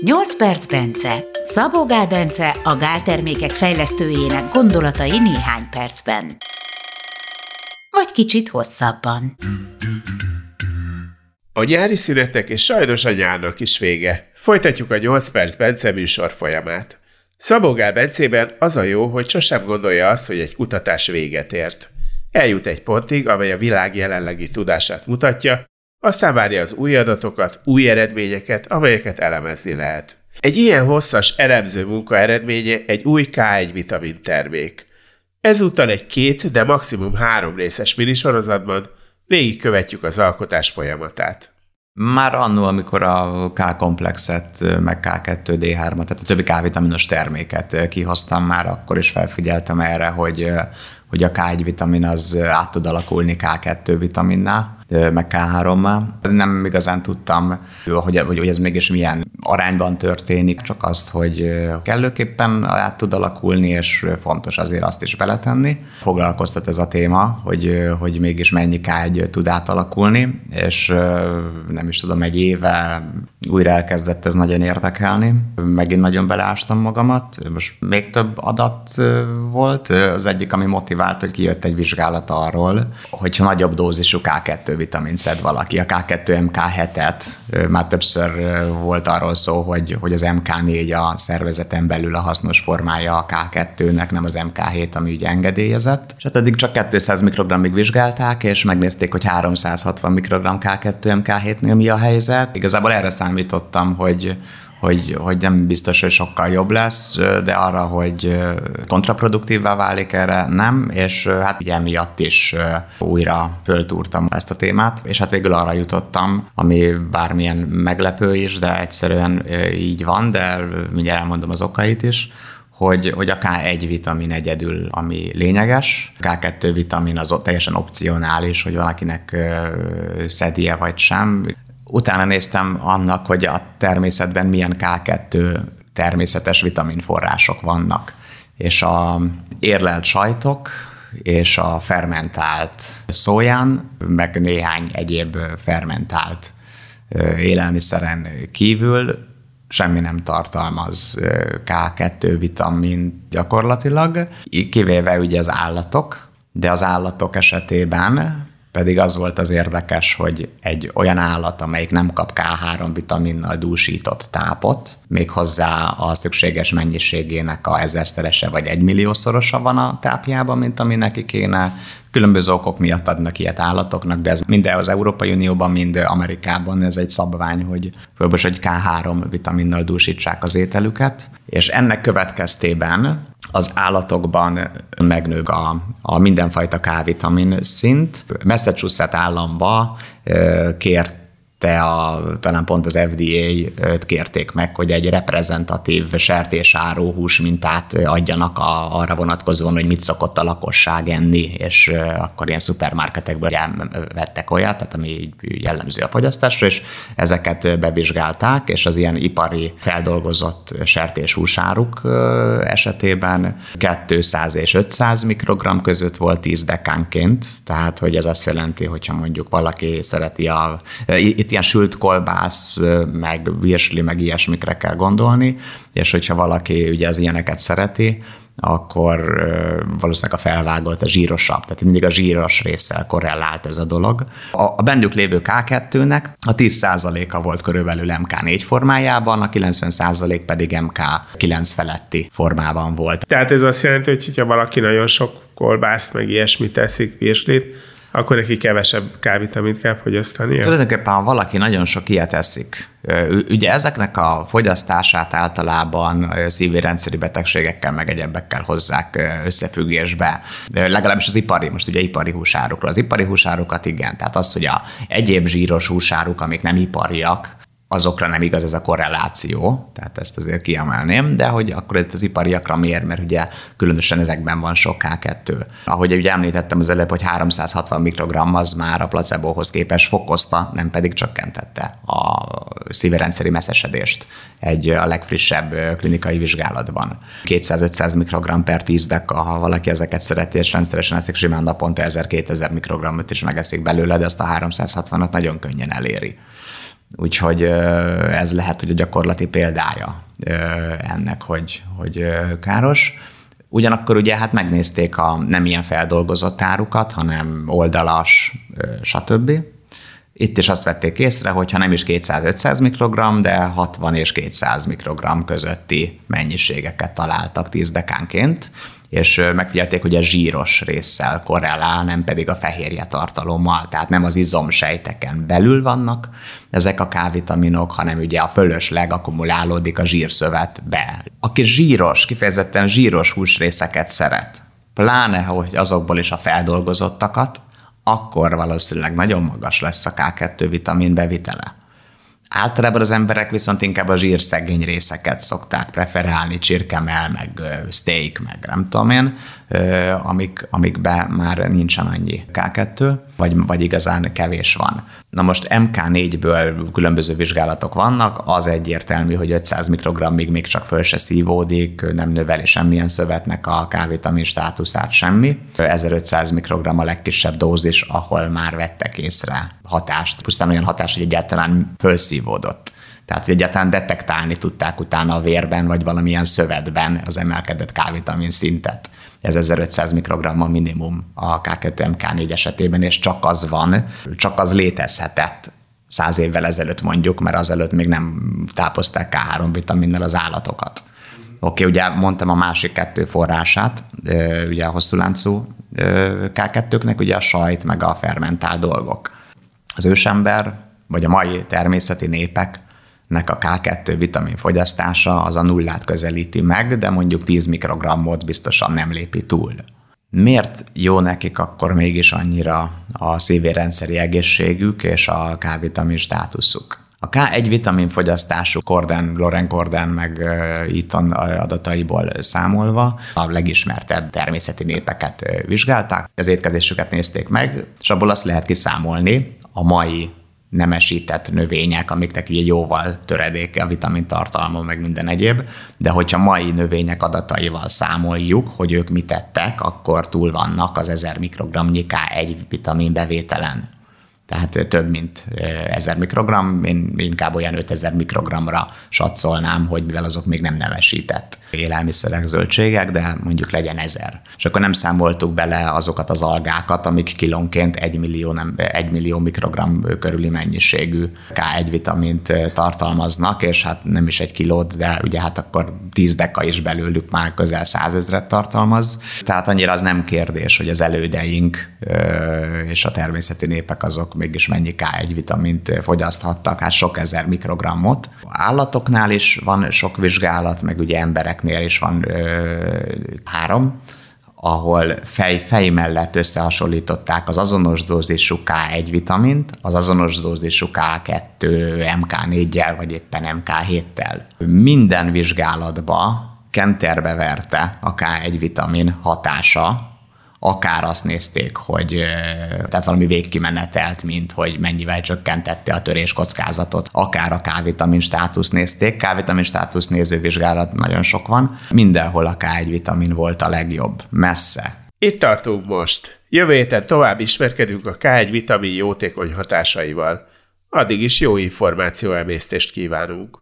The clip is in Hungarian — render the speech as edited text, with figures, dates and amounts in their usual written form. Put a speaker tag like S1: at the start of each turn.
S1: 8 perc Bence. Szabó Gál Bence, a gáltermékek fejlesztőjének gondolatai néhány percben. Vagy kicsit hosszabban.
S2: A nyári szünetnek és sajnos a nyárnak is vége. Folytatjuk a 8 perc Bence műsor folyamát. Szabó Gál Bencében az a jó, hogy sosem gondolja azt, hogy egy kutatás véget ért. Eljut egy pontig, amely a világ jelenlegi tudását mutatja, aztán várja az új adatokat, új eredményeket, amelyeket elemezni lehet. Egy ilyen hosszas elemző munka eredménye egy új K1 vitamin termék. Ezúttal egy 2, de maximum 3 részes minisorozatban végigkövetjük az alkotás folyamatát.
S3: Már annó, amikor a K-komplexet, meg K2-D3-at, tehát a többi K-vitaminos terméket kihoztam már, akkor is felfigyeltem erre, hogy a K1 vitamin az át tud alakulni K2 vitaminnál, meg K3-mal. Nem igazán tudtam, hogy ez mégis milyen arányban történik, csak azt, hogy kellőképpen át tud alakulni, és fontos azért azt is beletenni. Foglalkoztat ez a téma, hogy mégis mennyi K1 tud átalakulni, és nem is tudom, egy éve újra elkezdett ez nagyon érdekelni. Megint nagyon beleástam magamat. Most még több adat volt. Az egyik, ami motivált, hogy kijött egy vizsgálat arról, hogyha nagyobb dózisú K2 vitamint szed valaki, a K2-MK7-et, már többször volt arról szó, hogy az MK4 a szervezeten belül a hasznos formája a K2-nek, nem az MK7, ami ugye engedélyezett. És hát eddig csak 200 mikrogrammig vizsgálták, és megnézték, hogy 360 mikrogramm K2-MK7-nél mi a helyzet. Igazából erre számítottam, hogy nem biztos, hogy sokkal jobb lesz, de arra, hogy kontraproduktívvá válik, erre nem, és hát ugye emiatt is újra föltúrtam ezt a témát, és hát végül arra jutottam, ami bármilyen meglepő is, de egyszerűen így van, de mindjárt elmondom az okait is, hogy a K1 vitamin egyedül, ami lényeges, K2 vitamin az teljesen opcionális, hogy valakinek szedje vagy sem. Utána néztem annak, hogy a természetben milyen K2 természetes vitaminforrások vannak. És a érlelt sajtok és a fermentált szóján, meg néhány egyéb fermentált élelmiszeren kívül semmi nem tartalmaz K2 vitamin gyakorlatilag, kivéve ugye az állatok, de az állatok esetében pedig az volt az érdekes, hogy egy olyan állat, amelyik nem kap K3 vitaminnal dúsított tápot, méghozzá a szükséges mennyiségének a 1000-szerese vagy 1 milliószorosa van a tápjában, mint ami neki kéne. Különböző okok miatt adnak ilyet állatoknak, de ez mind az Európai Unióban, mind Amerikában ez egy szabvány, hogy főleg, hogy K3 vitaminnal dúsítsák az ételüket, és ennek következtében az állatokban megnő a mindenfajta K-vitamin szint. Massachusetts államba talán pont az FDA-t kérték meg, hogy egy reprezentatív sertésáru húsmintát adjanak arra vonatkozóan, hogy mit szokott a lakosság enni, és akkor ilyen szupermarketekből vettek olyat, tehát ami jellemző a fogyasztásra, és ezeket bevizsgálták, és az ilyen ipari feldolgozott sertéshúsáruk esetében 200 és 500 mikrogramm között volt 10 dekánként, tehát hogy ez azt jelenti, hogyha mondjuk valaki szereti itt ilyen sült kolbász, meg virsli, meg ilyesmikre kell gondolni, és hogyha valaki ugye az ilyeneket szereti, akkor valószínűleg a felvágolt a zsírosabb, tehát mindig a zsíros résszel korrelált ez a dolog. A bennük lévő K2-nek a 10%-a volt körülbelül MK4 formájában, a 90% pedig MK9 feletti formában volt.
S2: Tehát ez azt jelenti, hogy ha valaki nagyon sok kolbászt, meg ilyesmit teszik, virslit, akkor neki kevesebb K-vitamint kell fogyasztania?
S3: Tulajdonképpen, ha valaki nagyon sok ilyet eszik, ugye ezeknek a fogyasztását általában szívérendszeri betegségekkel, meg egyebekkel hozzák összefüggésbe. Legalábbis az ipari húsárukról. Az ipari húsárukat igen, tehát az, hogy a egyéb zsíros húsáruk, amik nem ipariak, azokra nem igaz ez a korreláció, tehát ezt azért kiemelném, de hogy akkor ez az ipariakra miért, mert ugye különösen ezekben van sok K2. Ahogy ugye említettem az előbb, hogy 360 mikrogramm az már a placebóhoz képest fokozta, nem pedig csökkentette a szívérendszeri messzesedést a legfrissebb klinikai vizsgálatban. 200-500 mikrogramm per 10 deka, ha valaki ezeket szereti, és rendszeresen eszik, simán naponta 1000-2000 mikrogrammot is megeszik belőle, de azt a 360-at nagyon könnyen eléri. Úgyhogy ez lehet, hogy a gyakorlati példája ennek, hogy káros. Ugyanakkor ugye hát megnézték a nem ilyen feldolgozott árukat, hanem oldalas, stb. Itt is azt vették észre, hogy ha nem is 200-500 mikrogramm, de 60 és 200 mikrogramm közötti mennyiségeket találtak 10 dekánként, és megfigyelték, hogy a zsíros résszel korrelál, nem pedig a fehérje tartalommal, tehát nem az izomsejteken belül vannak ezek a K-vitaminok, hanem ugye a fölösleg akkumulálódik a zsírszövetbe. Aki zsíros, kifejezetten zsíros húsrészeket szeret, pláne, hogy azokból is a feldolgozottakat, akkor valószínűleg nagyon magas lesz a K2 vitamin bevitele. Általában az emberek viszont inkább a zsírszegény részeket szokták preferálni, csirkemell, meg steak, meg nem tudom én, amikben már nincsen annyi K2, vagy igazán kevés van. Na most MK4-ből különböző vizsgálatok vannak, az egyértelmű, hogy 500 mikrogrammig még csak föl se szívódik, nem növeli semmilyen szövetnek a K-vitamin státuszát semmi. 1500 mikrogramm a legkisebb dózis, ahol már vettek észre hatást, pusztán olyan hatás, hogy egyáltalán fölszívódott. Tehát, hogy egyáltalán detektálni tudták utána a vérben, vagy valamilyen szövetben az emelkedett K-vitamin szintet. Ez 1500 mikrogramm a minimum a K2-MK4 esetében, és csak az van, csak az létezhetett 100 évvel ezelőtt mondjuk, mert azelőtt még nem tápozták K3 vitaminnel az állatokat. Oké, ugye mondtam a másik 2 forrását, ugye a hosszúláncú K2-knek, ugye a sajt, meg a fermentált dolgok. Az ősember, vagy a mai természeti népeknek a K2 vitamin fogyasztása az a nullát közelíti meg, de mondjuk 10 mikrogrammot biztosan nem lépi túl. Miért jó nekik akkor mégis annyira a szívérendszeri egészségük és a K-vitamin státuszuk? A K1 vitamin fogyasztásuk Loren Corden meg Eaton adataiból számolva a legismertebb természeti népeket vizsgálták, az étkezésüket nézték meg, és abból azt lehet kiszámolni, a mai nemesített növények, amiknek ugye jóval töredéke a vitamin tartalma, meg minden egyéb, de hogyha mai növények adataival számoljuk, hogy ők mit tettek, akkor túl vannak az 1000 mikrogramnyi K1 vitamin bevételen. Tehát több mint 1000 mikrogramm, én inkább olyan 5000 mikrogramra satszolnám, hogy mivel azok még nem nemesített élelmiszerek, zöldségek, de mondjuk legyen 1000. És akkor nem számoltuk bele azokat az algákat, amik kilónként 1 millió mikrogramm körüli mennyiségű K1 vitamint tartalmaznak, és hát nem is 1 kilót, de ugye hát akkor 10 deka is belőlük már közel 100 000-et tartalmaz. Tehát annyira az nem kérdés, hogy az elődeink és a természeti népek azok mégis mennyi K1 vitamint fogyaszthattak, hát sok ezer mikrogrammot. Állatoknál is van sok vizsgálat, meg ugye embereknél is van 3, ahol fej mellett összehasonlították az azonos dózisú K1 vitamint, az azonos dózisú K2 MK4-jel, vagy éppen MK7-tel. Minden vizsgálatba kenterbe verte a K1 vitamin hatása, akár azt nézték, hogy tehát valami végkimenetelt, mint hogy mennyivel csökkentette a törés kockázatot, akár a K-vitamin státuszt nézték. K-vitamin státusz néző vizsgálat nagyon sok van. Mindenhol a K1 vitamin volt a legjobb. Messze.
S2: Itt tartunk most. Jövő héten tovább ismerkedünk a K1 vitamin jótékony hatásaival. Addig is jó információemésztést kívánunk.